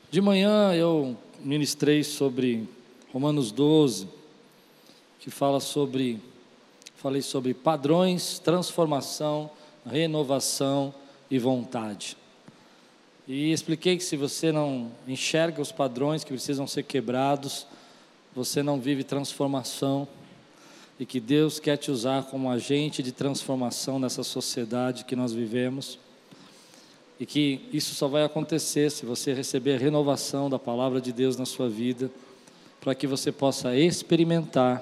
De manhã eu ministrei sobre Romanos 12, que falei sobre padrões, transformação, renovação e vontade. E expliquei que se você não enxerga os padrões que precisam ser quebrados, você não vive transformação, e que Deus quer te usar como agente de transformação nessa sociedade que nós vivemos, e que isso só vai acontecer se você receber a renovação da palavra de Deus na sua vida, para que você possa experimentar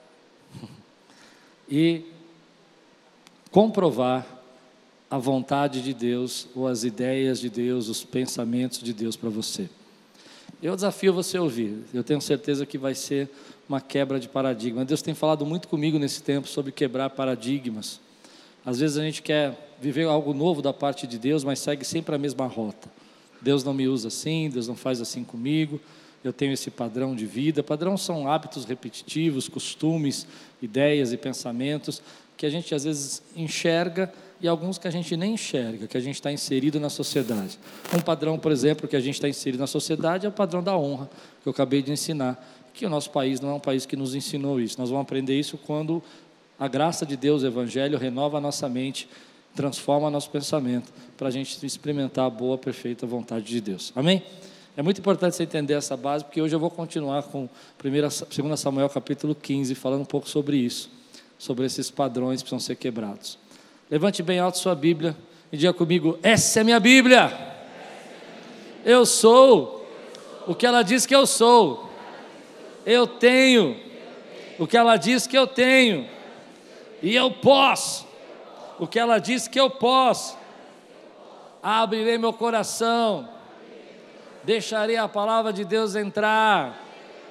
e comprovar a vontade de Deus, ou as ideias de Deus, os pensamentos de Deus para você. Eu desafio você a ouvir, eu tenho certeza que vai ser uma quebra de paradigma. Deus tem falado muito comigo nesse tempo sobre quebrar paradigmas. Às vezes a gente quer viver algo novo da parte de Deus, mas segue sempre a mesma rota. Deus não me usa assim, Deus não faz assim comigo, eu tenho esse padrão de vida. Padrão são hábitos repetitivos, costumes, ideias e pensamentos que a gente às vezes enxerga, e alguns que a gente nem enxerga, que a gente está inserido na sociedade. Um padrão, por exemplo, que a gente está inserido na sociedade é o padrão da honra, que eu acabei de ensinar, que o nosso país não é um país que nos ensinou isso. Nós vamos aprender isso quando a graça de Deus, o Evangelho, renova a nossa mente, transforma nosso pensamento, para a gente experimentar a boa, perfeita vontade de Deus. Amém? É muito importante você entender essa base, porque hoje eu vou continuar com 2 Samuel capítulo 15, falando um pouco sobre isso, sobre esses padrões que precisam ser quebrados. Levante bem alto sua Bíblia e diga comigo: essa é minha Bíblia. Eu sou o que ela diz que eu sou. Eu tenho o que ela diz que eu tenho. E eu posso o que ela diz que eu posso. Abrirei meu coração, deixarei a palavra de Deus entrar,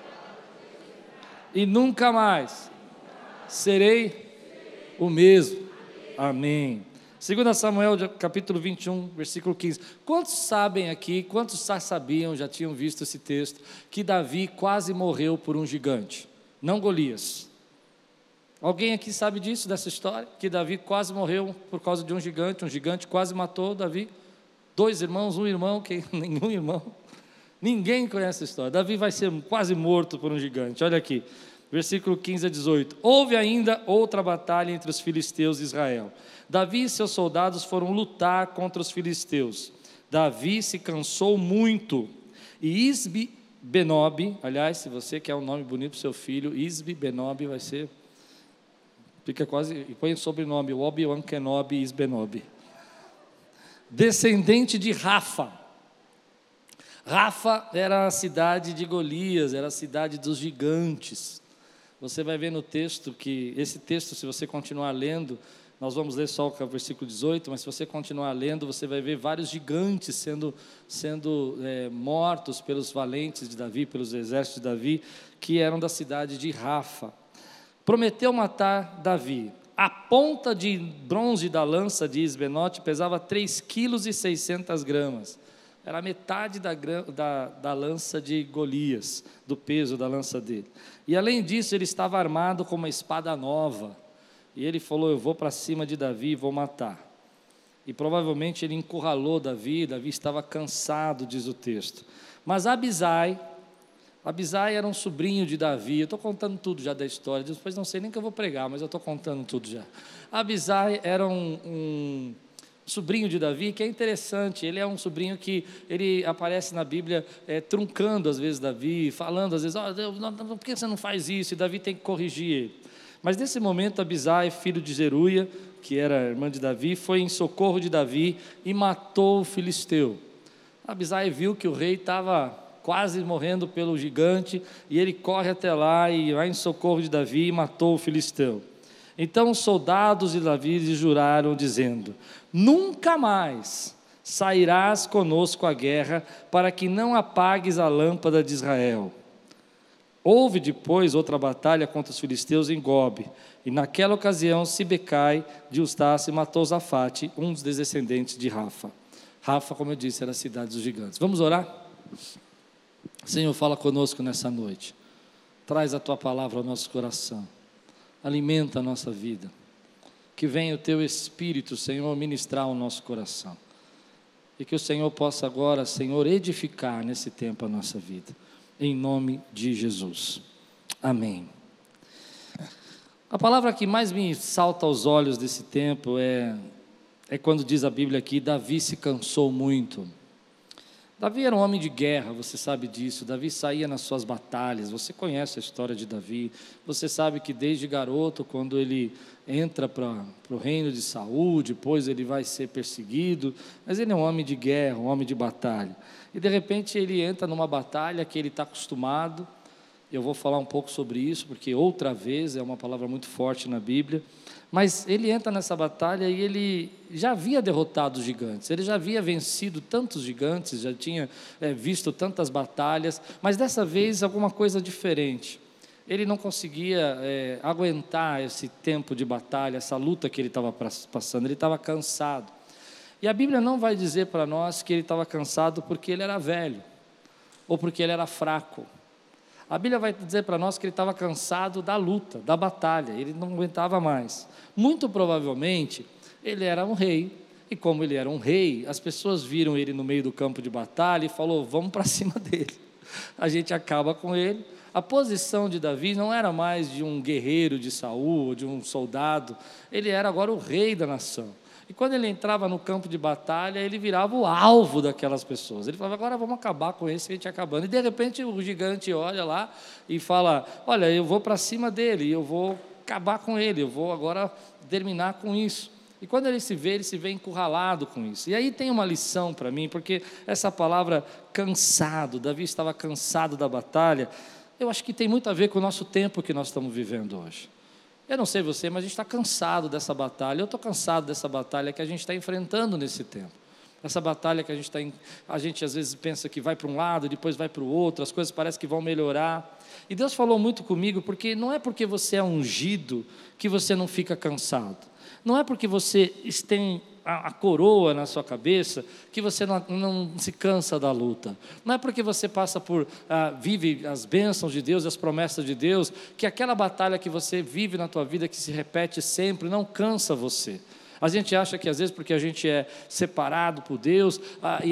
e nunca mais serei o mesmo. Amém. 2 Samuel capítulo 21, versículo 15. Quantos sabem aqui, quantos já sabiam, já tinham visto esse texto, que Davi quase morreu por um gigante, não Golias? Alguém aqui sabe disso, dessa história? Que Davi quase morreu por causa de um gigante quase matou Davi. 2 irmãos, um irmão, nenhum irmão. Ninguém conhece a história. Davi vai ser quase morto por um gigante. Olha aqui, versículo 15 a 18. Houve ainda outra batalha entre os filisteus e Israel. Davi e seus soldados foram lutar contra os filisteus. Davi se cansou muito, e Isbi-Benob, aliás, se você quer um nome bonito para o seu filho, Isbi-Benob vai ser... Fica quase, e põe o sobrenome, Obi-Wan Kenobi Isbenob, descendente de Rafa. Rafa era a cidade de Golias, era a cidade dos gigantes. Você vai ver no texto que, esse texto, se você continuar lendo, nós vamos ler só o versículo 18, mas se você continuar lendo, você vai ver vários gigantes sendo mortos pelos valentes de Davi, pelos exércitos de Davi, que eram da cidade de Rafa. Prometeu matar Davi. A ponta de bronze da lança de Isbenote pesava 3,6 kg. Era metade da lança de Golias, do peso da lança dele. E além disso, ele estava armado com uma espada nova. E ele falou: eu vou para cima de Davi e vou matar. E provavelmente ele encurralou Davi. Davi estava cansado, diz o texto. Mas Abisai era um sobrinho de Davi. Eu estou contando tudo já da história, depois não sei nem que eu vou pregar, mas eu estou contando tudo já. Abisai era um sobrinho de Davi, que é interessante. Ele é um sobrinho que ele aparece na Bíblia truncando às vezes Davi, falando às vezes: por que você não faz isso? E Davi tem que corrigir ele. Mas nesse momento Abisai, filho de Zeruia, que era irmã de Davi, foi em socorro de Davi e matou o filisteu. Abisai viu que o rei estava quase morrendo pelo gigante, e ele corre até lá e vai em socorro de Davi e matou o filisteu. Então os soldados de Davi lhe juraram, dizendo: nunca mais sairás conosco à guerra, para que não apagues a lâmpada de Israel. Houve depois outra batalha contra os filisteus em Gobe, e naquela ocasião Sibecai de Ustasse matou Zafate, um dos descendentes de Rafa. Rafa, como eu disse, era a cidade dos gigantes. Vamos orar? Senhor, fala conosco nessa noite, traz a Tua palavra ao nosso coração, alimenta a nossa vida, que venha o Teu Espírito, Senhor, ministrar ao nosso coração. e que o Senhor possa agora, Senhor, edificar nesse tempo a nossa vida, em nome de Jesus, amém. A palavra que mais me salta aos olhos desse tempo é quando diz a Bíblia aqui, Davi se cansou muito. Davi era um homem de guerra, você sabe disso. Davi saía nas suas batalhas, você conhece a história de Davi. Você sabe que desde garoto, quando ele entra para o reino de Saul, depois ele vai ser perseguido, mas ele é um homem de guerra, um homem de batalha. E de repente ele entra numa batalha que ele está acostumado. Eu vou falar um pouco sobre isso, porque outra vez é uma palavra muito forte na Bíblia. Mas ele entra nessa batalha e ele já havia derrotado os gigantes, ele já havia vencido tantos gigantes, já tinha visto tantas batalhas, mas dessa vez alguma coisa diferente. Ele não conseguia aguentar esse tempo de batalha, essa luta que ele estava passando, ele estava cansado. E a Bíblia não vai dizer para nós que ele estava cansado porque ele era velho, ou porque ele era fraco. A Bíblia vai dizer para nós que ele estava cansado da luta, da batalha, ele não aguentava mais. Muito provavelmente, ele era um rei, e como ele era um rei, as pessoas viram ele no meio do campo de batalha e falou, vamos para cima dele, a gente acaba com ele. A posição de Davi não era mais de um guerreiro de Saul, ou de um soldado, ele era agora o rei da nação. E quando ele entrava no campo de batalha, ele virava o alvo daquelas pessoas. Ele falava, agora vamos acabar com esse que a gente está acabando. E de repente o gigante olha lá e fala, olha, eu vou para cima dele, eu vou acabar com ele, eu vou agora terminar com isso. E quando ele se vê encurralado com isso. E aí tem uma lição para mim, porque essa palavra cansado, Davi estava cansado da batalha, eu acho que tem muito a ver com o nosso tempo que nós estamos vivendo hoje. Eu não sei você, mas a gente está cansado dessa batalha. Eu estou cansado dessa batalha que a gente está enfrentando nesse tempo. Essa batalha que a gente às vezes pensa que vai para um lado, depois vai para o outro, as coisas parecem que vão melhorar. E Deus falou muito comigo, porque não é porque você é ungido que você não fica cansado. Não é porque você tem a coroa na sua cabeça que você não se cansa da luta. Não é porque você vive as bênçãos de Deus, as promessas de Deus, que aquela batalha que você vive na tua vida, que se repete sempre, não cansa você. A gente acha que às vezes porque a gente é separado por Deus,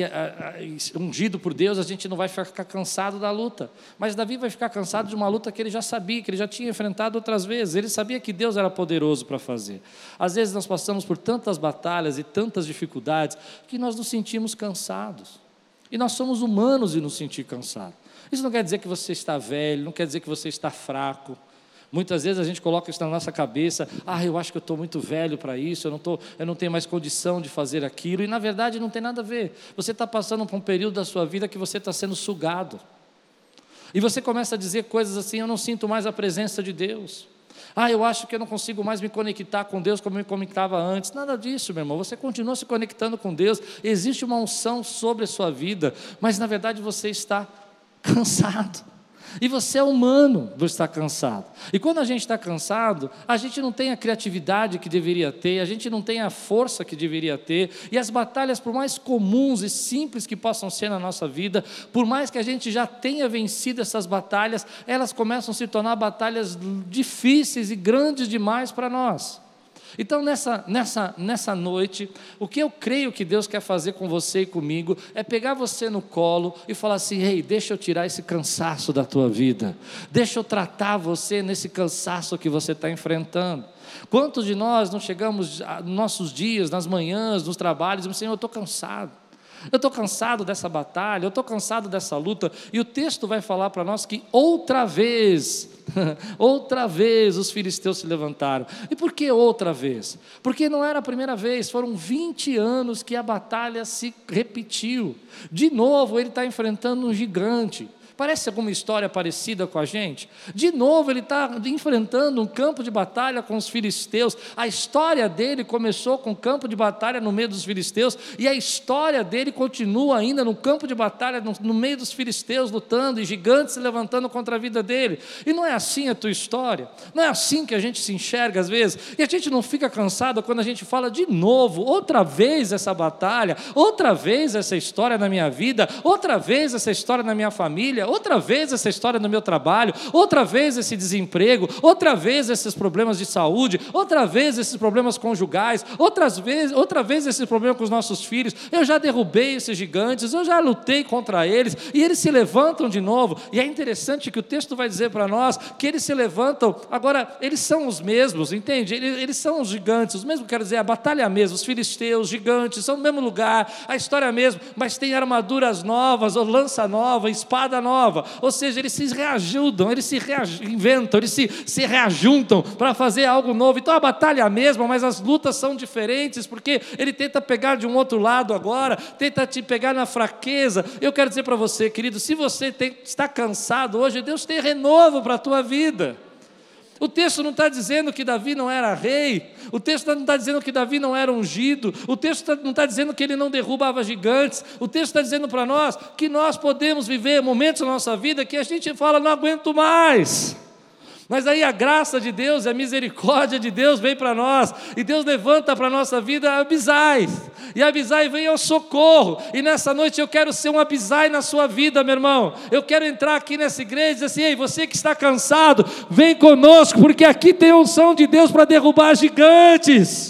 ungido por Deus, a gente não vai ficar cansado da luta. Mas Davi vai ficar cansado de uma luta que ele já sabia, que ele já tinha enfrentado outras vezes. Ele sabia que Deus era poderoso para fazer. Às vezes nós passamos por tantas batalhas e tantas dificuldades que nós nos sentimos cansados. E nós somos humanos de nos sentir cansados. Isso não quer dizer que você está velho, não quer dizer que você está fraco. Muitas vezes a gente coloca isso na nossa cabeça, eu acho que eu estou muito velho para isso, eu não tenho mais condição de fazer aquilo, e na verdade não tem nada a ver. Você está passando por um período da sua vida que você está sendo sugado, e você começa a dizer coisas assim, eu não sinto mais a presença de Deus, eu acho que eu não consigo mais me conectar com Deus como eu me conectava antes. Nada disso, meu irmão, você continua se conectando com Deus, existe uma unção sobre a sua vida, mas na verdade você está cansado. E você é humano por estar cansado. E quando a gente está cansado, a gente não tem a criatividade que deveria ter, a gente não tem a força que deveria ter, e as batalhas, por mais comuns e simples que possam ser na nossa vida, por mais que a gente já tenha vencido essas batalhas, elas começam a se tornar batalhas difíceis e grandes demais para nós. Então nessa noite, o que eu creio que Deus quer fazer com você e comigo, é pegar você no colo e falar assim, deixa eu tirar esse cansaço da tua vida, deixa eu tratar você nesse cansaço que você está enfrentando. Quantos de nós não chegamos nos nossos dias, nas manhãs, nos trabalhos, e dizemos, Senhor, eu estou cansado. Eu estou cansado dessa batalha, eu estou cansado dessa luta, e o texto vai falar para nós que outra vez os filisteus se levantaram. E por que outra vez? Porque não era a primeira vez, foram 20 anos que a batalha se repetiu. De novo ele está enfrentando um gigante. Parece alguma história parecida com a gente? De novo ele está enfrentando um campo de batalha com os filisteus. A história dele começou com o campo de batalha no meio dos filisteus, e a história dele continua ainda no campo de batalha no meio dos filisteus, lutando, e gigantes se levantando contra a vida dele. E não é assim a tua história? Não é assim que a gente se enxerga às vezes? E a gente não fica cansado quando a gente fala de novo, outra vez essa batalha, outra vez essa história na minha vida, outra vez essa história na minha família, outra vez essa história no meu trabalho, outra vez esse desemprego, outra vez esses problemas de saúde, outra vez esses problemas conjugais, outra vez esse problema com os nossos filhos. Eu já derrubei esses gigantes, eu já lutei contra eles, e eles se levantam de novo. E é interessante que o texto vai dizer para nós que eles se levantam, agora eles são os mesmos, entende? Eles são os gigantes, os mesmos, quero dizer, a batalha é a mesma, os filisteus, gigantes, são no mesmo lugar, a história é a mesma, mas tem armaduras novas, ou lança nova, espada nova, ou seja, eles se reajudam, eles se reinventam, eles se reajuntam para fazer algo novo. Então a batalha é a mesma, mas as lutas são diferentes, porque ele tenta pegar de um outro lado agora, tenta te pegar na fraqueza. Eu quero dizer para você, querido, se você está cansado hoje, Deus tem renovo para a tua vida. O texto não está dizendo que Davi não era rei, o texto não está dizendo que Davi não era ungido, o texto não está dizendo que ele não derrubava gigantes, o texto está dizendo para nós que nós podemos viver momentos na nossa vida que a gente fala, não aguento mais. Mas aí a graça de Deus, a misericórdia de Deus vem para nós, e Deus levanta para a nossa vida Abisai, e Abisai vem ao socorro. E nessa noite eu quero ser um Abisai na sua vida, meu irmão. Eu quero entrar aqui nessa igreja e dizer assim: ei, você que está cansado, vem conosco, porque aqui tem a unção de Deus para derrubar gigantes.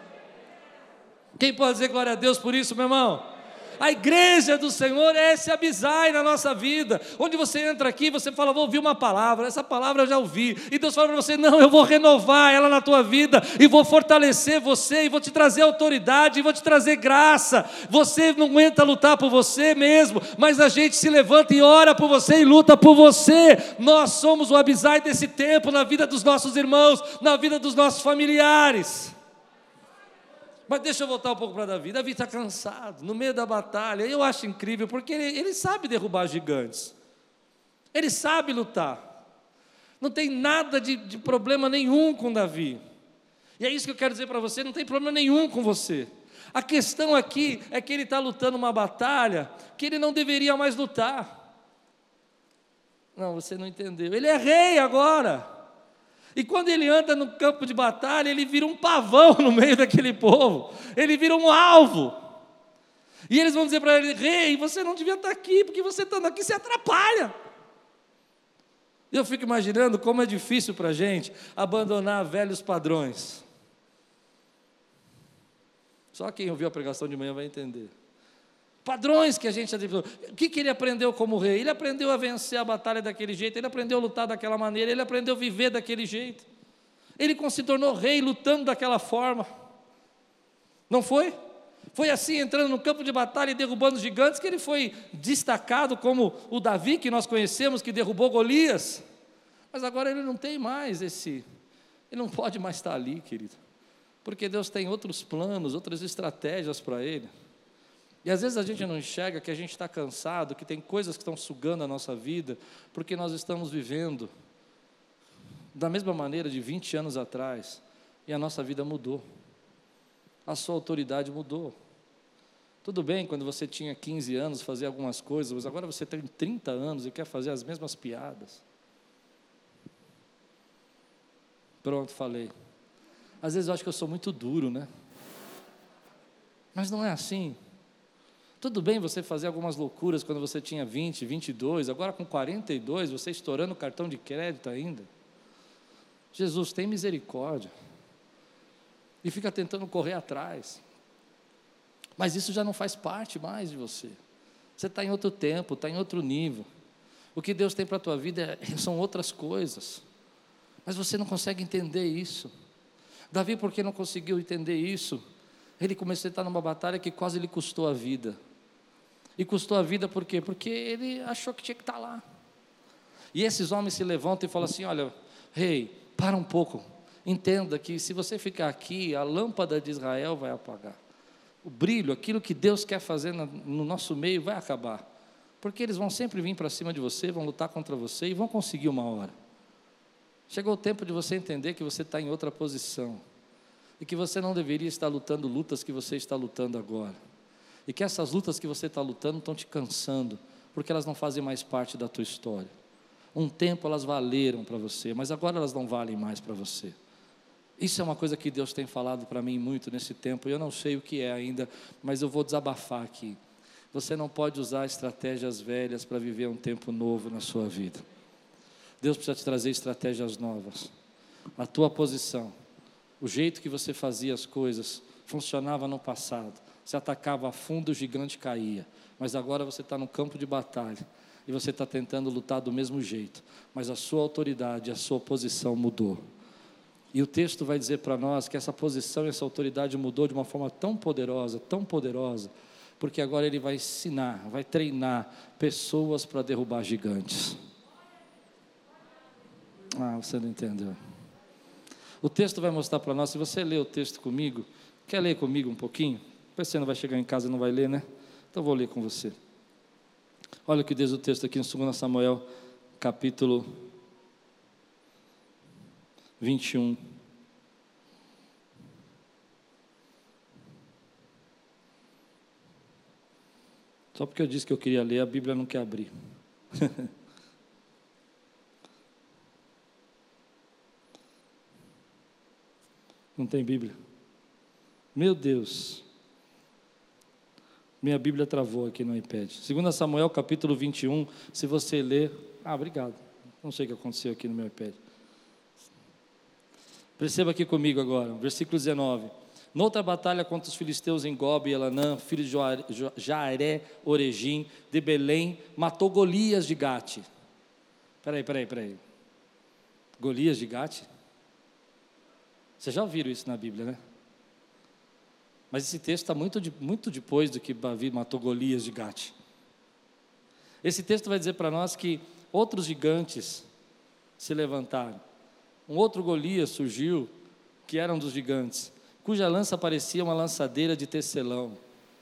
Quem pode dizer glória a Deus por isso, meu irmão? A igreja do Senhor é esse Abisai na nossa vida, onde você entra aqui, você fala, vou ouvir uma palavra, essa palavra eu já ouvi, e Deus fala para você, não, eu vou renovar ela na tua vida, e vou fortalecer você, e vou te trazer autoridade, e vou te trazer graça. Você não aguenta lutar por você mesmo, mas a gente se levanta e ora por você, e luta por você. Nós somos o Abisai desse tempo, na vida dos nossos irmãos, na vida dos nossos familiares. Mas deixa eu voltar um pouco para Davi. Davi está cansado, no meio da batalha. Eu acho incrível, porque ele sabe derrubar gigantes. Ele sabe lutar. Não tem nada de problema nenhum com Davi. E é isso que eu quero dizer para você, não tem problema nenhum com você. A questão aqui é que ele está lutando uma batalha que ele não deveria mais lutar. Não, você não entendeu. Ele é rei agora. E quando ele anda no campo de batalha, ele vira um pavão no meio daquele povo. Ele vira um alvo. E eles vão dizer para ele, rei, você não devia estar aqui, porque você estando aqui, você atrapalha. Eu fico imaginando como é difícil para a gente abandonar velhos padrões. Só quem ouviu a pregação de manhã vai entender. Padrões que a gente... O que ele aprendeu como rei? Ele aprendeu a vencer a batalha daquele jeito, ele aprendeu a lutar daquela maneira, ele aprendeu a viver daquele jeito. Ele se tornou rei lutando daquela forma. Não foi? Foi assim, entrando no campo de batalha e derrubando gigantes, que ele foi destacado como o Davi que nós conhecemos, que derrubou Golias. Mas agora ele não tem mais ele não pode mais estar ali, querido. Porque Deus tem outros planos, outras estratégias para ele. E às vezes a gente não enxerga que a gente está cansado, que tem coisas que estão sugando a nossa vida, porque nós estamos vivendo da mesma maneira de 20 anos atrás, e a nossa vida mudou, a sua autoridade mudou. Tudo bem quando você tinha 15 anos fazer algumas coisas, mas agora você tem 30 anos e quer fazer as mesmas piadas. Pronto, falei. Às vezes eu acho que eu sou muito duro, né? Mas não é assim. Tudo bem você fazer algumas loucuras quando você tinha 20, 22, agora com 42, você estourando o cartão de crédito ainda. Jesus, tem misericórdia. E fica tentando correr atrás. Mas isso já não faz parte mais de você. Você está em outro tempo, está em outro nível. O que Deus tem para a tua vida são outras coisas. Mas você não consegue entender isso. Davi, porque não conseguiu entender isso, ele começou a estar numa batalha que quase lhe custou a vida. E custou a vida por quê? Porque ele achou que tinha que estar lá. E esses homens se levantam e falam assim, olha, rei, para um pouco. Entenda que se você ficar aqui, a lâmpada de Israel vai apagar. O brilho, aquilo que Deus quer fazer no nosso meio vai acabar. Porque eles vão sempre vir para cima de você, vão lutar contra você e vão conseguir uma hora. Chegou o tempo de você entender que você está em outra posição. E que você não deveria estar lutando lutas que você está lutando agora. E que essas lutas que você está lutando estão te cansando, porque elas não fazem mais parte da tua história. Um tempo elas valeram para você, mas agora elas não valem mais para você. Isso é uma coisa que Deus tem falado para mim muito nesse tempo, e eu não sei o que é ainda, mas eu vou desabafar aqui. Você não pode usar estratégias velhas para viver um tempo novo na sua vida. Deus precisa te trazer estratégias novas. A tua posição, o jeito que você fazia as coisas, funcionava no passado. Você atacava a fundo, o gigante caía. Mas agora você está no campo de batalha e você está tentando lutar do mesmo jeito. Mas a sua autoridade, a sua posição mudou. E o texto vai dizer para nós que essa posição e essa autoridade mudou de uma forma tão poderosa, porque agora ele vai ensinar, vai treinar pessoas para derrubar gigantes. Você não entendeu. O texto vai mostrar para nós, se você ler o texto comigo, quer ler comigo um pouquinho? Depois você não vai chegar em casa e não vai ler, né? Então vou ler com você. Olha o que diz o texto aqui em 2 Samuel, capítulo 21. Só porque eu disse que eu queria ler, a Bíblia não quer abrir. Não tem Bíblia? Meu Deus. Minha Bíblia travou aqui no iPad. 2 Samuel, capítulo 21, se você ler... obrigado. Não sei o que aconteceu aqui no meu iPad. Perceba aqui comigo agora, versículo 19. Noutra batalha contra os filisteus em Gob e Elanã, filho de Jaaré, Oregim, de Belém, matou Golias de Gate. Peraí. Golias de Gate? Vocês já ouviram isso na Bíblia, né? Mas esse texto está muito depois do que Davi matou Golias de Gate. Esse texto vai dizer para nós que outros gigantes se levantaram. Um outro Golias surgiu, que era um dos gigantes, cuja lança parecia uma lançadeira de tecelão.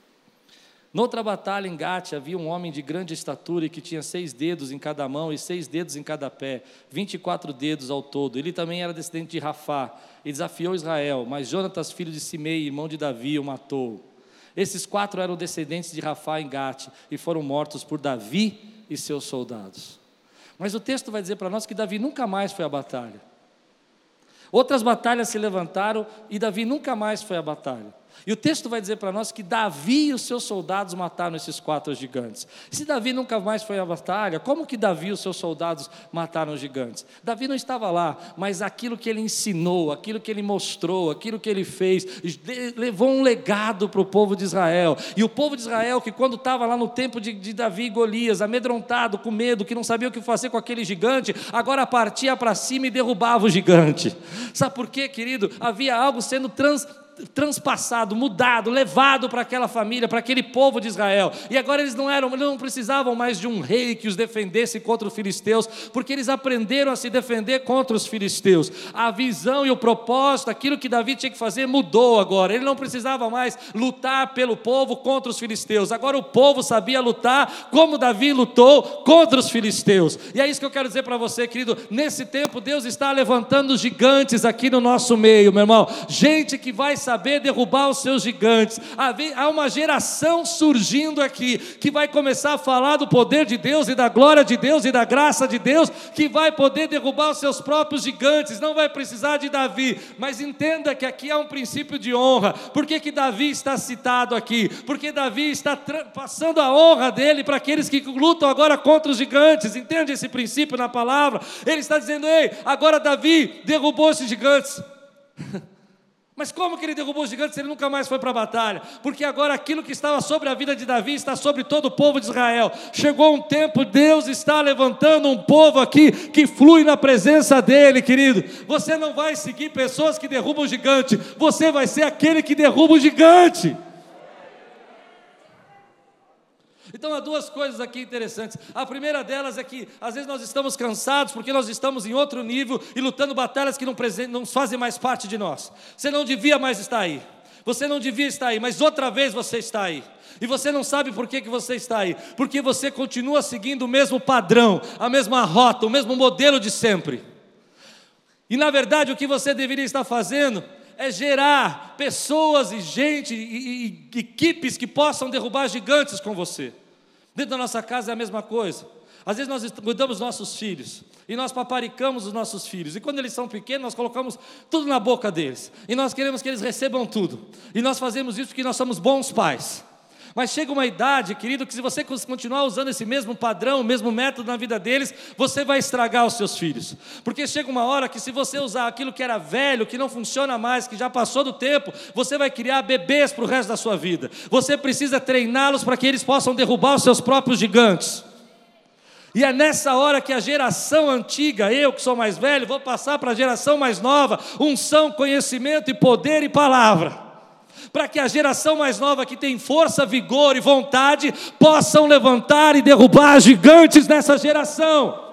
Noutra batalha em Gate havia um homem de grande estatura e que tinha 6 dedos em cada mão e 6 dedos em cada pé, 24 dedos ao todo. Ele também era descendente de Rafá e desafiou Israel, mas Jonatas, filho de Simei, irmão de Davi, o matou. Esses 4 eram descendentes de Rafá em Gate e foram mortos por Davi e seus soldados. Mas o texto vai dizer para nós que Davi nunca mais foi à batalha. Outras batalhas se levantaram e Davi nunca mais foi à batalha. E o texto vai dizer para nós que Davi e os seus soldados mataram esses 4 gigantes. Se Davi nunca mais foi à batalha, como que Davi e os seus soldados mataram os gigantes? Davi não estava lá, mas aquilo que ele ensinou, aquilo que ele mostrou, aquilo que ele fez, levou um legado para o povo de Israel. E o povo de Israel, que quando estava lá no tempo de Davi e Golias, amedrontado, com medo, que não sabia o que fazer com aquele gigante, agora partia para cima e derrubava o gigante. Sabe por quê, querido? Havia algo sendo transpassado, mudado, levado para aquela família, para aquele povo de Israel. E agora eles não precisavam mais de um rei que os defendesse contra os filisteus, porque eles aprenderam a se defender contra os filisteus. A visão e o propósito, aquilo que Davi tinha que fazer, mudou agora. Ele não precisava mais lutar pelo povo contra os filisteus. Agora o povo sabia lutar como Davi lutou contra os filisteus. E é isso que eu quero dizer para você, querido. Nesse tempo Deus está levantando gigantes aqui no nosso meio, meu irmão. Gente que vai saber derrubar os seus gigantes. Há uma geração surgindo aqui, que vai começar a falar do poder de Deus, e da glória de Deus, e da graça de Deus, que vai poder derrubar os seus próprios gigantes. Não vai precisar de Davi, mas entenda que aqui há um princípio de honra. Por que Davi está citado aqui? Porque Davi está passando a honra dele para aqueles que lutam agora contra os gigantes. Entende esse princípio na palavra? Ele está dizendo: ei, agora Davi derrubou esses gigantes. Mas como que ele derrubou os gigantes se ele nunca mais foi para a batalha? Porque agora aquilo que estava sobre a vida de Davi está sobre todo o povo de Israel. Chegou um tempo, Deus está levantando um povo aqui que flui na presença dele, querido. Você não vai seguir pessoas que derrubam o gigante, você vai ser aquele que derruba o gigante. Então há 2 coisas aqui interessantes. A primeira delas é que às vezes nós estamos cansados porque nós estamos em outro nível e lutando batalhas que não fazem mais parte de nós. Você não devia mais estar aí. Você não devia estar aí, mas outra vez você está aí. E você não sabe por que você está aí. Porque você continua seguindo o mesmo padrão, a mesma rota, o mesmo modelo de sempre. E na verdade o que você deveria estar fazendo é gerar pessoas e gente e equipes que possam derrubar gigantes com você. Dentro da nossa casa é a mesma coisa. Às vezes nós cuidamos dos nossos filhos e nós paparicamos os nossos filhos, e quando eles são pequenos nós colocamos tudo na boca deles, e nós queremos que eles recebam tudo, e nós fazemos isso porque nós somos bons pais. Mas chega uma idade, querido, que se você continuar usando esse mesmo padrão, o mesmo método na vida deles, você vai estragar os seus filhos. Porque chega uma hora que se você usar aquilo que era velho, que não funciona mais, que já passou do tempo, você vai criar bebês para o resto da sua vida. Você precisa treiná-los para que eles possam derrubar os seus próprios gigantes. E é nessa hora que a geração antiga, eu que sou mais velho, vou passar para a geração mais nova, unção, conhecimento e poder e palavra. Para que a geração mais nova que tem força, vigor e vontade, possam levantar e derrubar gigantes nessa geração.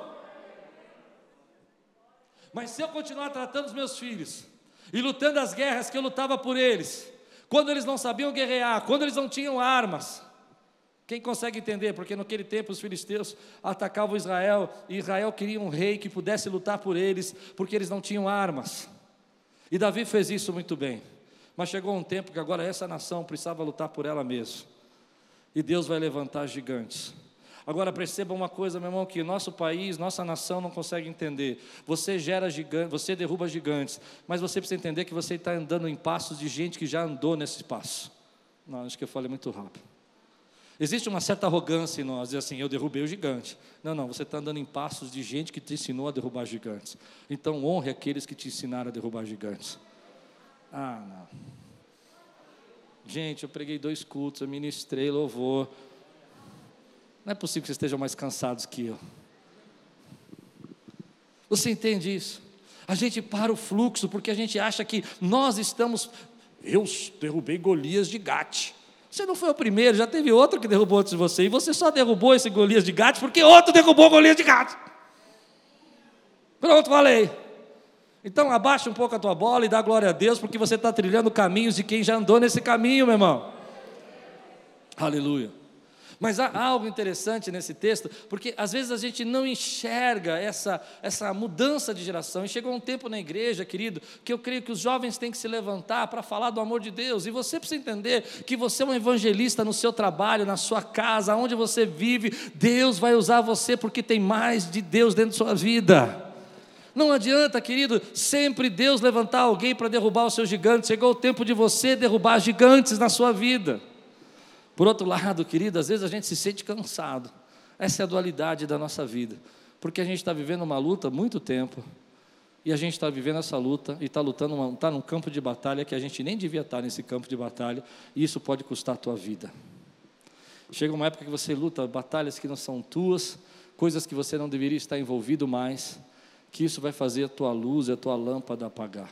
Mas se eu continuar tratando os meus filhos, e lutando as guerras que eu lutava por eles, quando eles não sabiam guerrear, quando eles não tinham armas, quem consegue entender? Porque naquele tempo os filisteus atacavam Israel, e Israel queria um rei que pudesse lutar por eles, porque eles não tinham armas. E Davi fez isso muito bem. Mas chegou um tempo que agora essa nação precisava lutar por ela mesma. E Deus vai levantar gigantes. Agora perceba uma coisa, meu irmão, que nosso país, nossa nação não consegue entender. Você gera gigantes, você derruba gigantes, mas você precisa entender que você está andando em passos de gente que já andou nesse passo. Não, acho que eu falei muito rápido. Existe uma certa arrogância em nós, dizer assim, eu derrubei o gigante. Não, você está andando em passos de gente que te ensinou a derrubar gigantes. Então honre aqueles que te ensinaram a derrubar gigantes. Não. Gente, eu preguei 2 cultos, eu ministrei louvor. Não é possível que vocês estejam mais cansados que eu. Você entende isso? A gente para o fluxo porque a gente acha que nós estamos... Eu derrubei Golias de Gate. Você não foi o primeiro, já teve outro que derrubou antes de você. E você só derrubou esse Golias de Gate porque outro derrubou Golias de Gate. Pronto, falei. Então abaixa um pouco a tua bola e dá glória a Deus, porque você está trilhando caminhos de quem já andou nesse caminho, meu irmão. Aleluia. Mas há algo interessante nesse texto, porque às vezes a gente não enxerga essa mudança de geração. E chegou um tempo na igreja, querido, que eu creio que os jovens têm que se levantar para falar do amor de Deus. E você precisa entender que você é um evangelista no seu trabalho, na sua casa, onde você vive. Deus vai usar você porque tem mais de Deus dentro da sua vida. Não adianta, querido, sempre Deus levantar alguém para derrubar os seus gigantes. Chegou o tempo de você derrubar gigantes na sua vida. Por outro lado, querido, às vezes a gente se sente cansado. Essa é a dualidade da nossa vida. Porque a gente está vivendo uma luta há muito tempo. E a gente está vivendo essa luta e está lutando, está num campo de batalha que a gente nem devia estar nesse campo de batalha. E isso pode custar a tua vida. Chega uma época que você luta batalhas que não são tuas, coisas que você não deveria estar envolvido mais, que isso vai fazer a tua luz e a tua lâmpada apagar.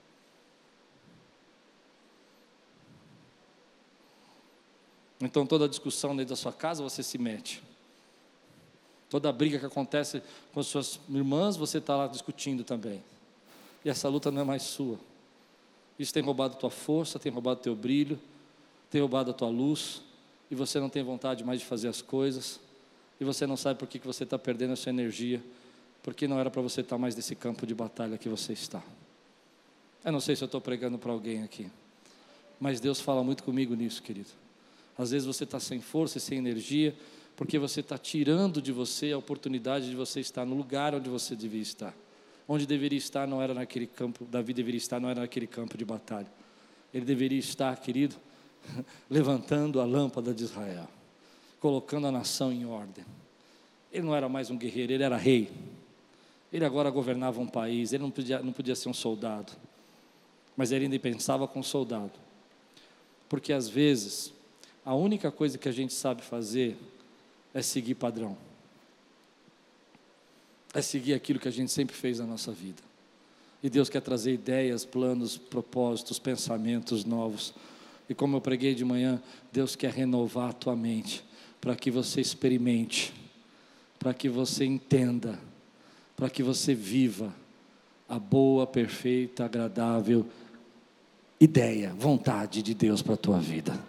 Então toda discussão dentro da sua casa você se mete. Toda briga que acontece com as suas irmãs, você está lá discutindo também. E essa luta não é mais sua. Isso tem roubado a tua força, tem roubado o teu brilho, tem roubado a tua luz, e você não tem vontade mais de fazer as coisas, e você não sabe por que você está perdendo a sua energia, porque não era para você estar mais nesse campo de batalha que você está. Eu não sei se eu estou pregando para alguém aqui, mas Deus fala muito comigo nisso, querido. Às vezes você está sem força e sem energia, porque você está tirando de você a oportunidade de você estar no lugar onde você devia estar. Onde deveria estar não era naquele campo, Davi deveria estar não era naquele campo de batalha. Ele deveria estar, querido, levantando a lâmpada de Israel, colocando a nação em ordem. Ele não era mais um guerreiro, ele era rei. Ele agora governava um país, ele não podia ser um soldado, mas ele ainda pensava como soldado, porque às vezes a única coisa que a gente sabe fazer é seguir padrão, é seguir aquilo que a gente sempre fez na nossa vida. E Deus quer trazer ideias, planos, propósitos, pensamentos novos. E como eu preguei de manhã, Deus quer renovar a tua mente, para que você experimente, para que você entenda, para que você viva a boa, perfeita, agradável ideia, vontade de Deus para a tua vida.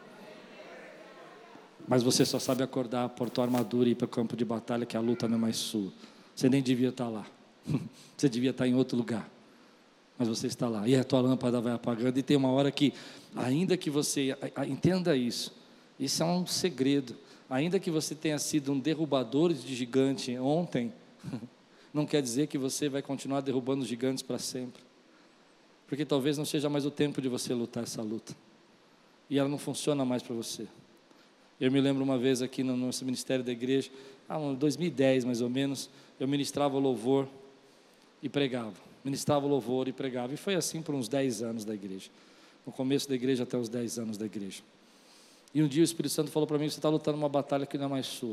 Mas você só sabe acordar, pôr tua armadura e ir para o campo de batalha, que a luta não é mais sua. Você nem devia estar lá. Você devia estar em outro lugar. Mas você está lá. E a tua lâmpada vai apagando. E tem uma hora que, ainda que você... Entenda isso. Isso é um segredo. Ainda que você tenha sido um derrubador de gigante ontem, não quer dizer que você vai continuar derrubando gigantes para sempre. Porque talvez não seja mais o tempo de você lutar essa luta. E ela não funciona mais para você. Eu me lembro uma vez aqui no nosso ministério da igreja, em 2010 mais ou menos, eu ministrava louvor e pregava. Ministrava louvor e pregava. E foi assim por uns 10 anos da igreja. No começo da igreja até os 10 anos da igreja. E um dia o Espírito Santo falou para mim: você está lutando uma batalha que não é mais sua.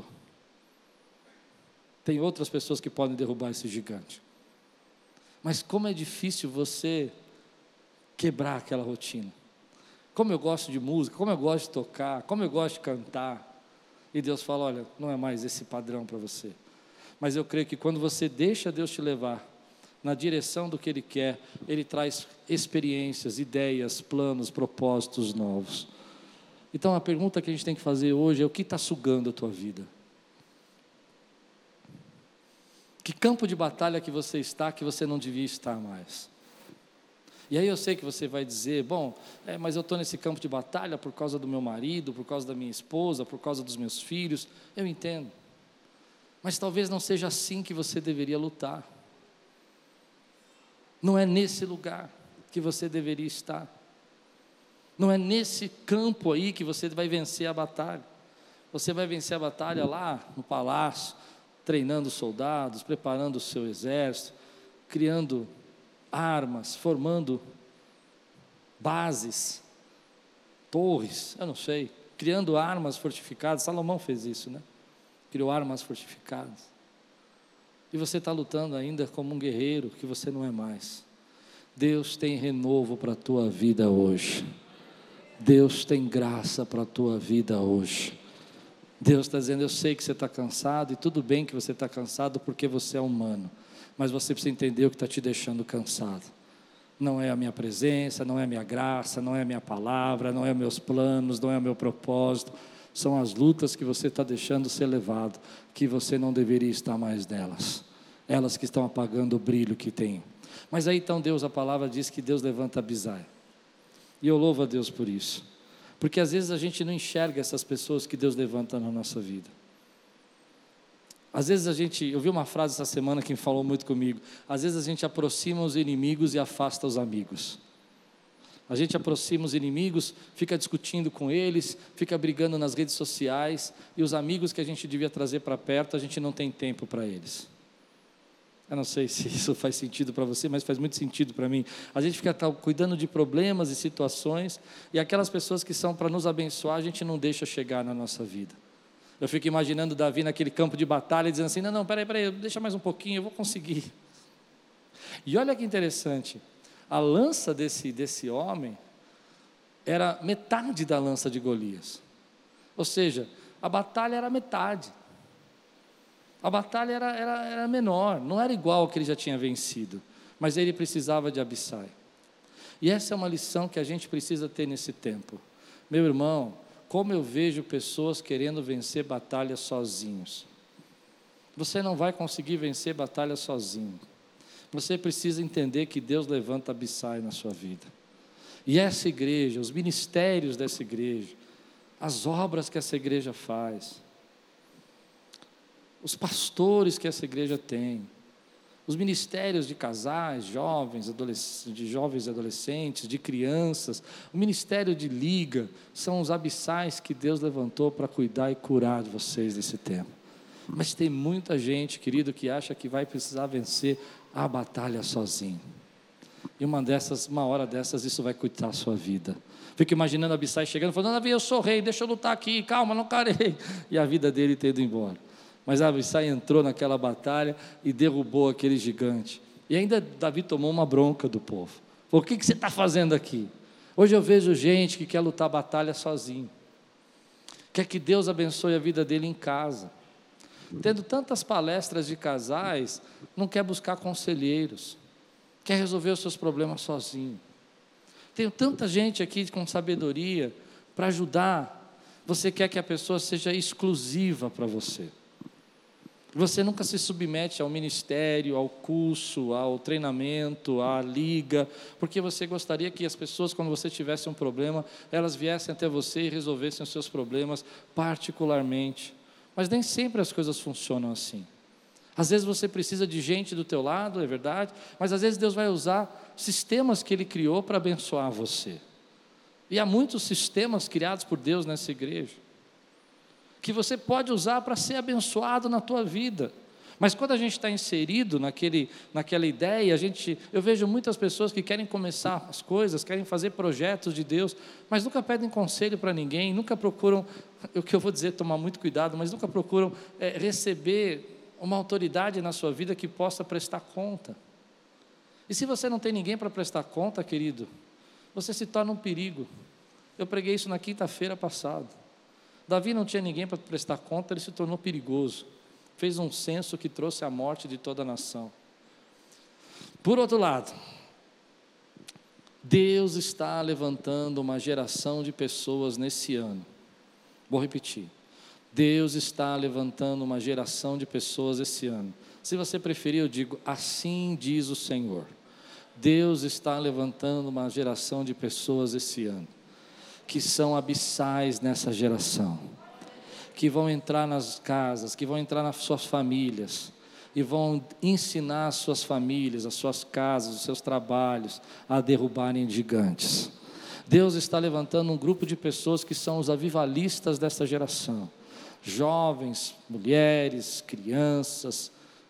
Tem outras pessoas que podem derrubar esse gigante. Mas como é difícil você quebrar aquela rotina. Como eu gosto de música, como eu gosto de tocar, como eu gosto de cantar. E Deus fala: olha, não é mais esse padrão para você. Mas eu creio que quando você deixa Deus te levar na direção do que Ele quer, Ele traz experiências, ideias, planos, propósitos novos. Então a pergunta que a gente tem que fazer hoje é: o que está sugando a tua vida? Que campo de batalha que você está, que você não devia estar mais? E aí eu sei que você vai dizer: bom, mas eu estou nesse campo de batalha por causa do meu marido, por causa da minha esposa, por causa dos meus filhos. Eu entendo. Mas talvez não seja assim que você deveria lutar. Não é nesse lugar que você deveria estar. Não é nesse campo aí que você vai vencer a batalha. Você vai vencer a batalha lá no palácio, treinando soldados, preparando o seu exército, criando armas, formando bases, torres, eu não sei, criando armas fortificadas. Salomão fez isso, né? Criou armas fortificadas. E você está lutando ainda como um guerreiro que você não é mais. Deus tem renovo para a tua vida hoje. Deus tem graça para a tua vida hoje. Deus está dizendo: eu sei que você está cansado, e tudo bem que você está cansado porque você é humano, mas você precisa entender o que está te deixando cansado. Não é a minha presença, não é a minha graça, não é a minha palavra, não é os meus planos, não é o meu propósito. São as lutas que você está deixando ser levado, que você não deveria estar mais nelas. Elas que estão apagando o brilho que tem. Mas aí então Deus, a palavra diz que Deus levanta Abisai. E eu louvo a Deus por isso. Porque às vezes a gente não enxerga essas pessoas que Deus levanta na nossa vida. Às vezes eu vi uma frase essa semana que falou muito comigo. Às vezes a gente aproxima os inimigos e afasta os amigos. A gente aproxima os inimigos, fica discutindo com eles, fica brigando nas redes sociais, e os amigos que a gente devia trazer para perto, a gente não tem tempo para eles. Eu não sei se isso faz sentido para você, mas faz muito sentido para mim. A gente fica cuidando de problemas e situações, e aquelas pessoas que são para nos abençoar, a gente não deixa chegar na nossa vida. Eu fico imaginando Davi naquele campo de batalha, dizendo assim: não, peraí, deixa mais um pouquinho, eu vou conseguir. E olha que interessante, a lança desse homem era metade da lança de Golias. Ou seja, a batalha era metade. A batalha era menor, não era igual ao que ele já tinha vencido, mas ele precisava de Abisai. E essa é uma lição que a gente precisa ter nesse tempo. Meu irmão, como eu vejo pessoas querendo vencer batalhas sozinhos. Você não vai conseguir vencer batalhas sozinho. Você precisa entender que Deus levanta Abisai na sua vida. E essa igreja, os ministérios dessa igreja, as obras que essa igreja faz, os pastores que essa igreja tem, os ministérios de casais, jovens e adolescentes, de crianças, o ministério de liga, são os abissais que Deus levantou para cuidar e curar de vocês nesse tempo. Mas tem muita gente, querido, que acha que vai precisar vencer a batalha sozinho. E uma hora dessas, isso vai cuidar a sua vida. Fico imaginando Abissai chegando, falando: Davi, eu sou rei, deixa eu lutar aqui, calma, não carei. E a vida dele ter ido embora. Mas Abissai entrou naquela batalha e derrubou aquele gigante. E ainda Davi tomou uma bronca do povo. Falou: o que você está fazendo aqui? Hoje eu vejo gente que quer lutar batalha sozinho. Quer que Deus abençoe a vida dele em casa. Tendo tantas palestras de casais, não quer buscar conselheiros. Quer resolver os seus problemas sozinho. Tenho tanta gente aqui com sabedoria para ajudar. Você quer que a pessoa seja exclusiva para você. Você nunca se submete ao ministério, ao curso, ao treinamento, à liga, porque você gostaria que as pessoas, quando você tivesse um problema, elas viessem até você e resolvessem os seus problemas particularmente. Mas nem sempre as coisas funcionam assim. Às vezes você precisa de gente do teu lado, é verdade, mas às vezes Deus vai usar sistemas que Ele criou para abençoar você. E há muitos sistemas criados por Deus nessa igreja. que você pode usar para ser abençoado na tua vida. Mas quando a gente está inserido naquela ideia, eu vejo muitas pessoas que querem começar as coisas, querem fazer projetos de Deus, mas nunca pedem conselho para ninguém, nunca procuram, o que eu vou dizer, tomar muito cuidado, mas nunca procuram receber uma autoridade na sua vida que possa prestar conta. E se você não tem ninguém para prestar conta, querido, você se torna um perigo. Eu preguei isso na quinta-feira passada. Davi não tinha ninguém para prestar conta, ele se tornou perigoso. Fez um censo que trouxe a morte de toda a nação. Por outro lado, Deus está levantando uma geração de pessoas nesse ano. Vou repetir. Deus está levantando uma geração de pessoas esse ano. Se você preferir, eu digo, assim diz o Senhor. Deus está levantando uma geração de pessoas esse ano, que são abissais nessa geração, que vão entrar nas casas, que vão entrar nas suas famílias, e vão ensinar as suas famílias, as suas casas, os seus trabalhos, a derrubarem gigantes. Deus está levantando um grupo de pessoas que são os avivalistas dessa geração, jovens, mulheres, crianças,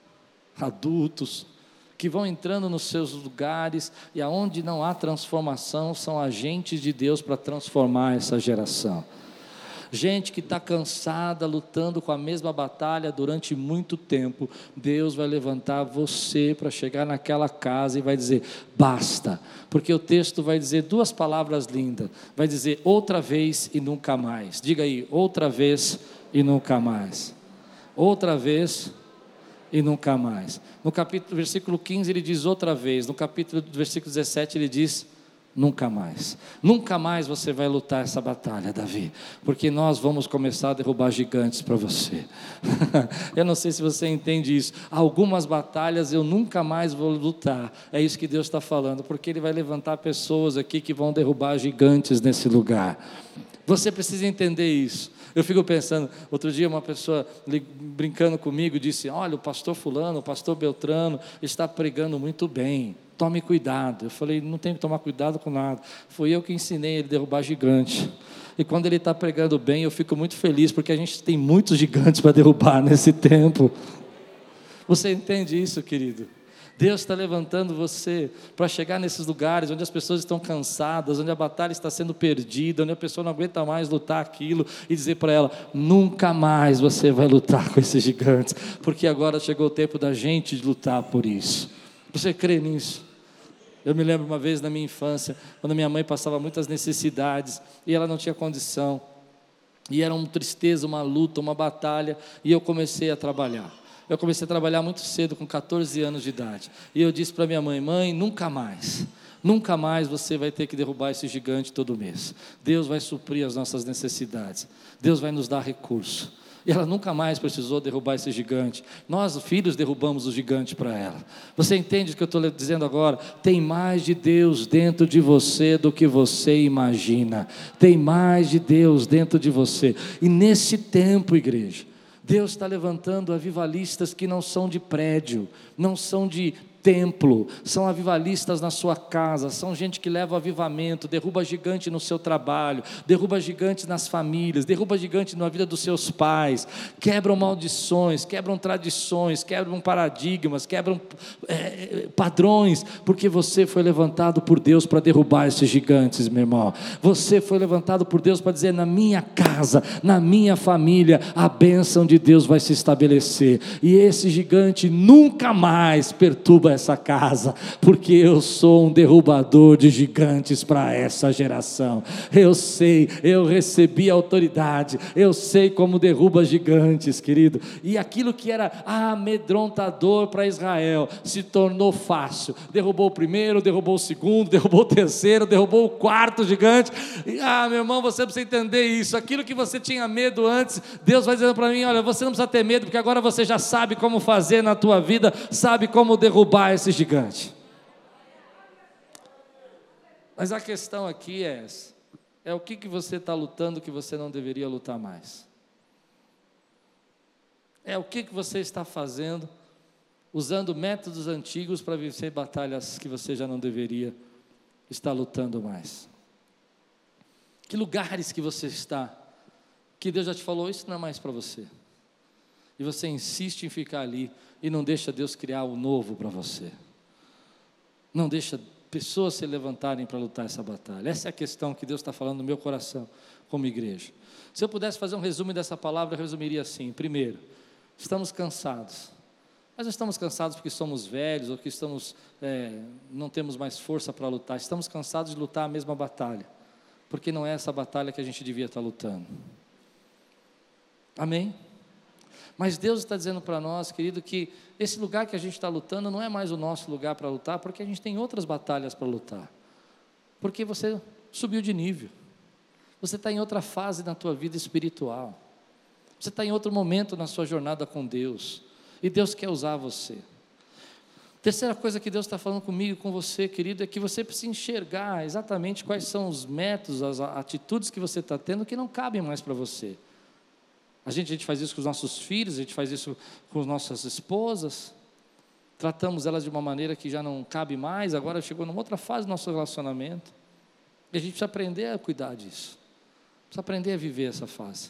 adultos, que vão entrando nos seus lugares, e aonde não há transformação, são agentes de Deus para transformar essa geração. Gente que está cansada, lutando com a mesma batalha durante muito tempo, Deus vai levantar você para chegar naquela casa e vai dizer, basta, porque o texto vai dizer duas palavras lindas, vai dizer outra vez e nunca mais. Diga aí, outra vez e nunca mais. Outra vez e nunca mais. No versículo 15 ele diz outra vez, no versículo 17 ele diz nunca mais. Nunca mais você vai lutar essa batalha, Davi, porque nós vamos começar a derrubar gigantes para você. Eu não sei se você entende isso. Algumas batalhas eu nunca mais vou lutar. É isso que Deus está falando, porque Ele vai levantar pessoas aqui que vão derrubar gigantes nesse lugar. Você precisa entender isso. Eu fico pensando, outro dia uma pessoa brincando comigo disse, olha, o pastor fulano, o pastor Beltrano está pregando muito bem, tome cuidado. Eu falei, não tem que tomar cuidado com nada, fui eu que ensinei ele a derrubar gigante. E quando ele está pregando bem, eu fico muito feliz, porque a gente tem muitos gigantes para derrubar nesse tempo. Você entende isso, querido? Deus está levantando você para chegar nesses lugares onde as pessoas estão cansadas, onde a batalha está sendo perdida, onde a pessoa não aguenta mais lutar aquilo, e dizer para ela, nunca mais você vai lutar com esses gigantes, porque agora chegou o tempo da gente lutar por isso. Você crê nisso? Eu me lembro uma vez na minha infância, quando minha mãe passava muitas necessidades, e ela não tinha condição, e era uma tristeza, uma luta, uma batalha, e eu comecei a trabalhar. Eu comecei a trabalhar muito cedo, com 14 anos de idade. E eu disse para minha mãe, nunca mais você vai ter que derrubar esse gigante todo mês. Deus vai suprir as nossas necessidades. Deus vai nos dar recurso. E ela nunca mais precisou derrubar esse gigante. Nós, filhos, derrubamos o gigante para ela. Você entende o que eu estou dizendo agora? Tem mais de Deus dentro de você do que você imagina. Tem mais de Deus dentro de você. E nesse tempo, igreja, Deus está levantando avivalistas que não são de prédio, não são de templo, são avivalistas na sua casa, são gente que leva avivamento, derruba gigante no seu trabalho, derruba gigantes nas famílias, derruba gigante na vida dos seus pais, quebram maldições, quebram tradições, quebram paradigmas, quebram padrões, porque você foi levantado por Deus para derrubar esses gigantes, meu irmão. Você foi levantado por Deus para dizer, na minha casa, na minha família, a bênção de Deus vai se estabelecer, e esse gigante nunca mais perturba essa casa, porque eu sou um derrubador de gigantes para essa geração. Eu sei, eu recebi autoridade, eu sei como derruba gigantes, querido, e aquilo que era amedrontador para Israel, se tornou fácil. Derrubou o primeiro, derrubou o segundo, derrubou o terceiro, derrubou o quarto gigante. Meu irmão, você precisa entender isso. Aquilo que você tinha medo antes, Deus vai dizendo para mim, olha, você não precisa ter medo, porque agora você já sabe como fazer na tua vida, sabe como derrubar esse gigante. Mas a questão aqui é o que você está lutando que você não deveria lutar mais. É o que você está fazendo, usando métodos antigos para vencer batalhas que você já não deveria estar lutando mais. Que lugares que você está que Deus já te falou, isso não é mais para você. E você insiste em ficar ali e não deixa Deus criar o novo para você. Não deixa pessoas se levantarem para lutar essa batalha. Essa é a questão que Deus está falando no meu coração como igreja. Se eu pudesse fazer um resumo dessa palavra, eu resumiria assim: primeiro, estamos cansados. Mas não estamos cansados porque somos velhos ou que não temos mais força para lutar. Estamos cansados de lutar a mesma batalha, porque não é essa batalha que a gente devia estar lutando. Amém? Mas Deus está dizendo para nós, querido, que esse lugar que a gente está lutando não é mais o nosso lugar para lutar, porque a gente tem outras batalhas para lutar. Porque você subiu de nível. Você está em outra fase na tua vida espiritual. Você está em outro momento na sua jornada com Deus. E Deus quer usar você. Terceira coisa que Deus está falando comigo e com você, querido, é que você precisa enxergar exatamente quais são os métodos, as atitudes que você está tendo que não cabem mais para você. A gente faz isso com os nossos filhos, a gente faz isso com as nossas esposas, tratamos elas de uma maneira que já não cabe mais, agora chegou numa outra fase do nosso relacionamento, e a gente precisa aprender a cuidar disso, precisa aprender a viver essa fase.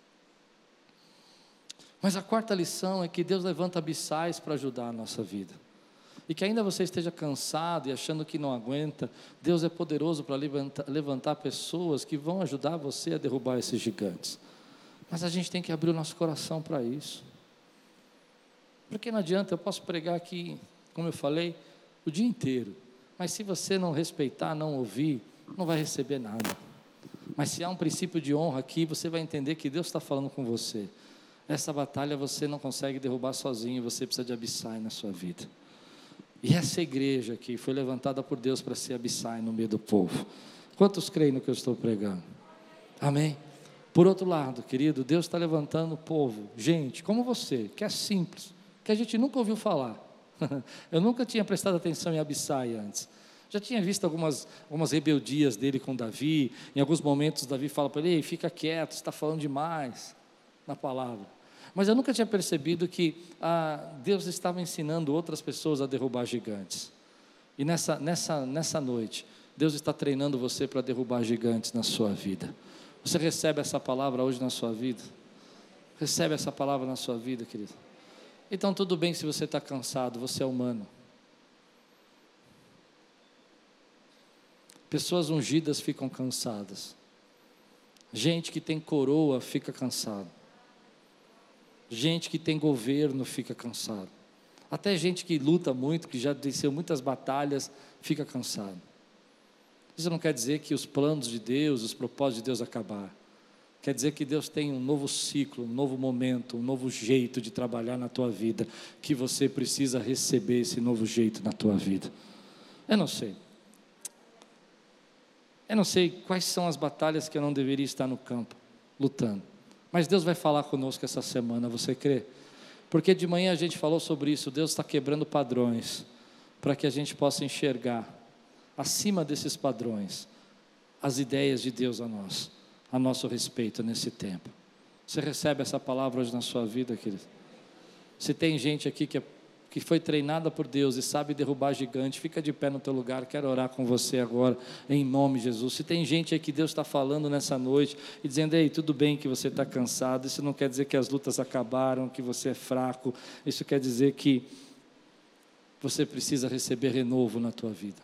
Mas a quarta lição é que Deus levanta abissais para ajudar a nossa vida, e que ainda você esteja cansado e achando que não aguenta, Deus é poderoso para levantar pessoas que vão ajudar você a derrubar esses gigantes. Mas a gente tem que abrir o nosso coração para isso. Porque não adianta, eu posso pregar aqui, como eu falei, o dia inteiro. Mas se você não respeitar, não ouvir, não vai receber nada. Mas se há um princípio de honra aqui, você vai entender que Deus está falando com você. Essa batalha você não consegue derrubar sozinho, você precisa de abissai na sua vida. E essa igreja aqui foi levantada por Deus para ser abissai no meio do povo. Quantos creem no que eu estou pregando? Amém? Por outro lado, querido, Deus está levantando o povo, gente como você, que é simples, que a gente nunca ouviu falar. Eu nunca tinha prestado atenção em Abissai antes. Já tinha visto algumas rebeldias dele com Davi. Em alguns momentos Davi fala para ele: ei, fica quieto, você está falando demais na palavra. Mas eu nunca tinha percebido que Deus estava ensinando outras pessoas a derrubar gigantes. E nessa noite, Deus está treinando você para derrubar gigantes na sua vida. Você recebe essa palavra hoje na sua vida? Recebe essa palavra na sua vida, querido? Então tudo bem se você está cansado, você é humano. Pessoas ungidas ficam cansadas. Gente que tem coroa fica cansado. Gente que tem governo fica cansado. Até gente que luta muito, que já venceu muitas batalhas, fica cansado. Isso não quer dizer que os planos de Deus, os propósitos de Deus acabaram. Quer dizer que Deus tem um novo ciclo, um novo momento, um novo jeito de trabalhar na tua vida, que você precisa receber esse novo jeito na tua vida. Eu não sei quais são as batalhas que eu não deveria estar no campo, lutando. Mas Deus vai falar conosco essa semana, você crê? Porque de manhã a gente falou sobre isso, Deus está quebrando padrões, para que a gente possa enxergar acima desses padrões as ideias de Deus a nosso respeito nesse tempo. Você recebe essa palavra hoje na sua vida, querido? Se tem gente aqui que foi treinada por Deus e sabe derrubar gigante, fica de pé no teu lugar, quero orar com você agora, em nome de Jesus. Se tem gente aqui que Deus está falando nessa noite e dizendo: ei, tudo bem que você está cansado, isso não quer dizer que as lutas acabaram, que você é fraco, isso quer dizer que você precisa receber renovo na tua vida.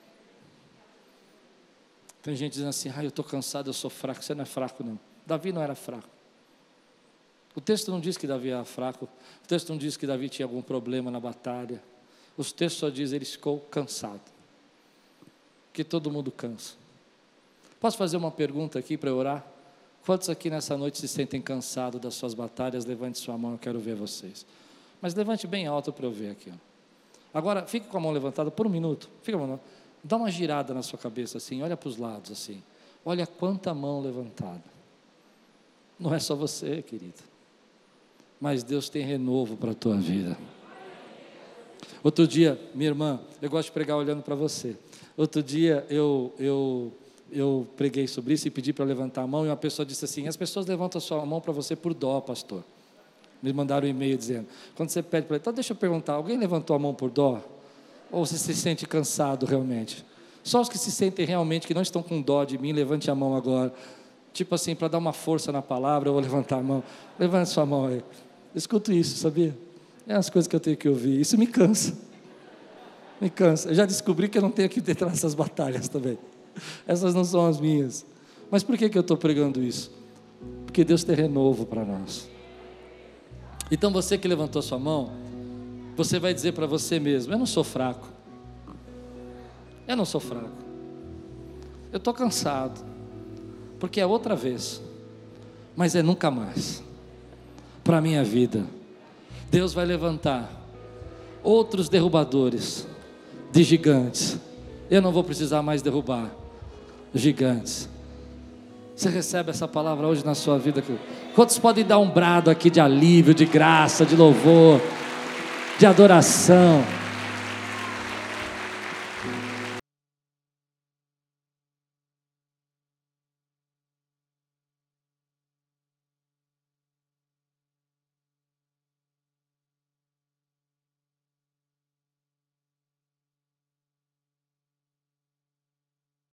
Tem gente dizendo assim: eu estou cansado, eu sou fraco. Você não é fraco não. Davi não era fraco. O texto não diz que Davi era fraco. O texto não diz que Davi tinha algum problema na batalha. O texto só diz que ele ficou cansado. Porque todo mundo cansa. Posso fazer uma pergunta aqui para eu orar? Quantos aqui nessa noite se sentem cansados das suas batalhas? Levante sua mão, eu quero ver vocês. Mas levante bem alto para eu ver aqui. Agora, fique com a mão levantada por um minuto. Fica com a mão. Dá uma girada na sua cabeça assim, olha para os lados assim. Olha quanta mão levantada. Não é só você, querido. Mas Deus tem renovo para a tua vida. Outro dia, minha irmã, eu gosto de pregar olhando para você. Outro dia eu preguei sobre isso e pedi para levantar a mão, e uma pessoa disse assim: as pessoas levantam a sua mão para você por dó, pastor. Me mandaram um e-mail dizendo, quando você pede para ele, então deixa eu perguntar, alguém levantou a mão por dó? Ou você se sente cansado realmente? Só os que se sentem realmente, que não estão com dó de mim, levante a mão agora. Tipo assim, para dar uma força na palavra, eu vou levantar a mão. Levante sua mão aí. Eu escuto isso, sabia? É as coisas que eu tenho que ouvir. Isso me cansa. Me cansa. Eu já descobri que eu não tenho que ter essas batalhas também. Essas não são as minhas. Mas por que eu estou pregando isso? Porque Deus tem renovo para nós. Então você que levantou sua mão, você vai dizer para você mesmo: eu não sou fraco. Eu não sou fraco. Eu estou cansado. Porque é outra vez. Mas é nunca mais. Para a minha vida. Deus vai levantar outros derrubadores de gigantes. Eu não vou precisar mais derrubar gigantes. Você recebe essa palavra hoje na sua vida? Quantos podem dar um brado aqui de alívio, de graça, de louvor, de adoração?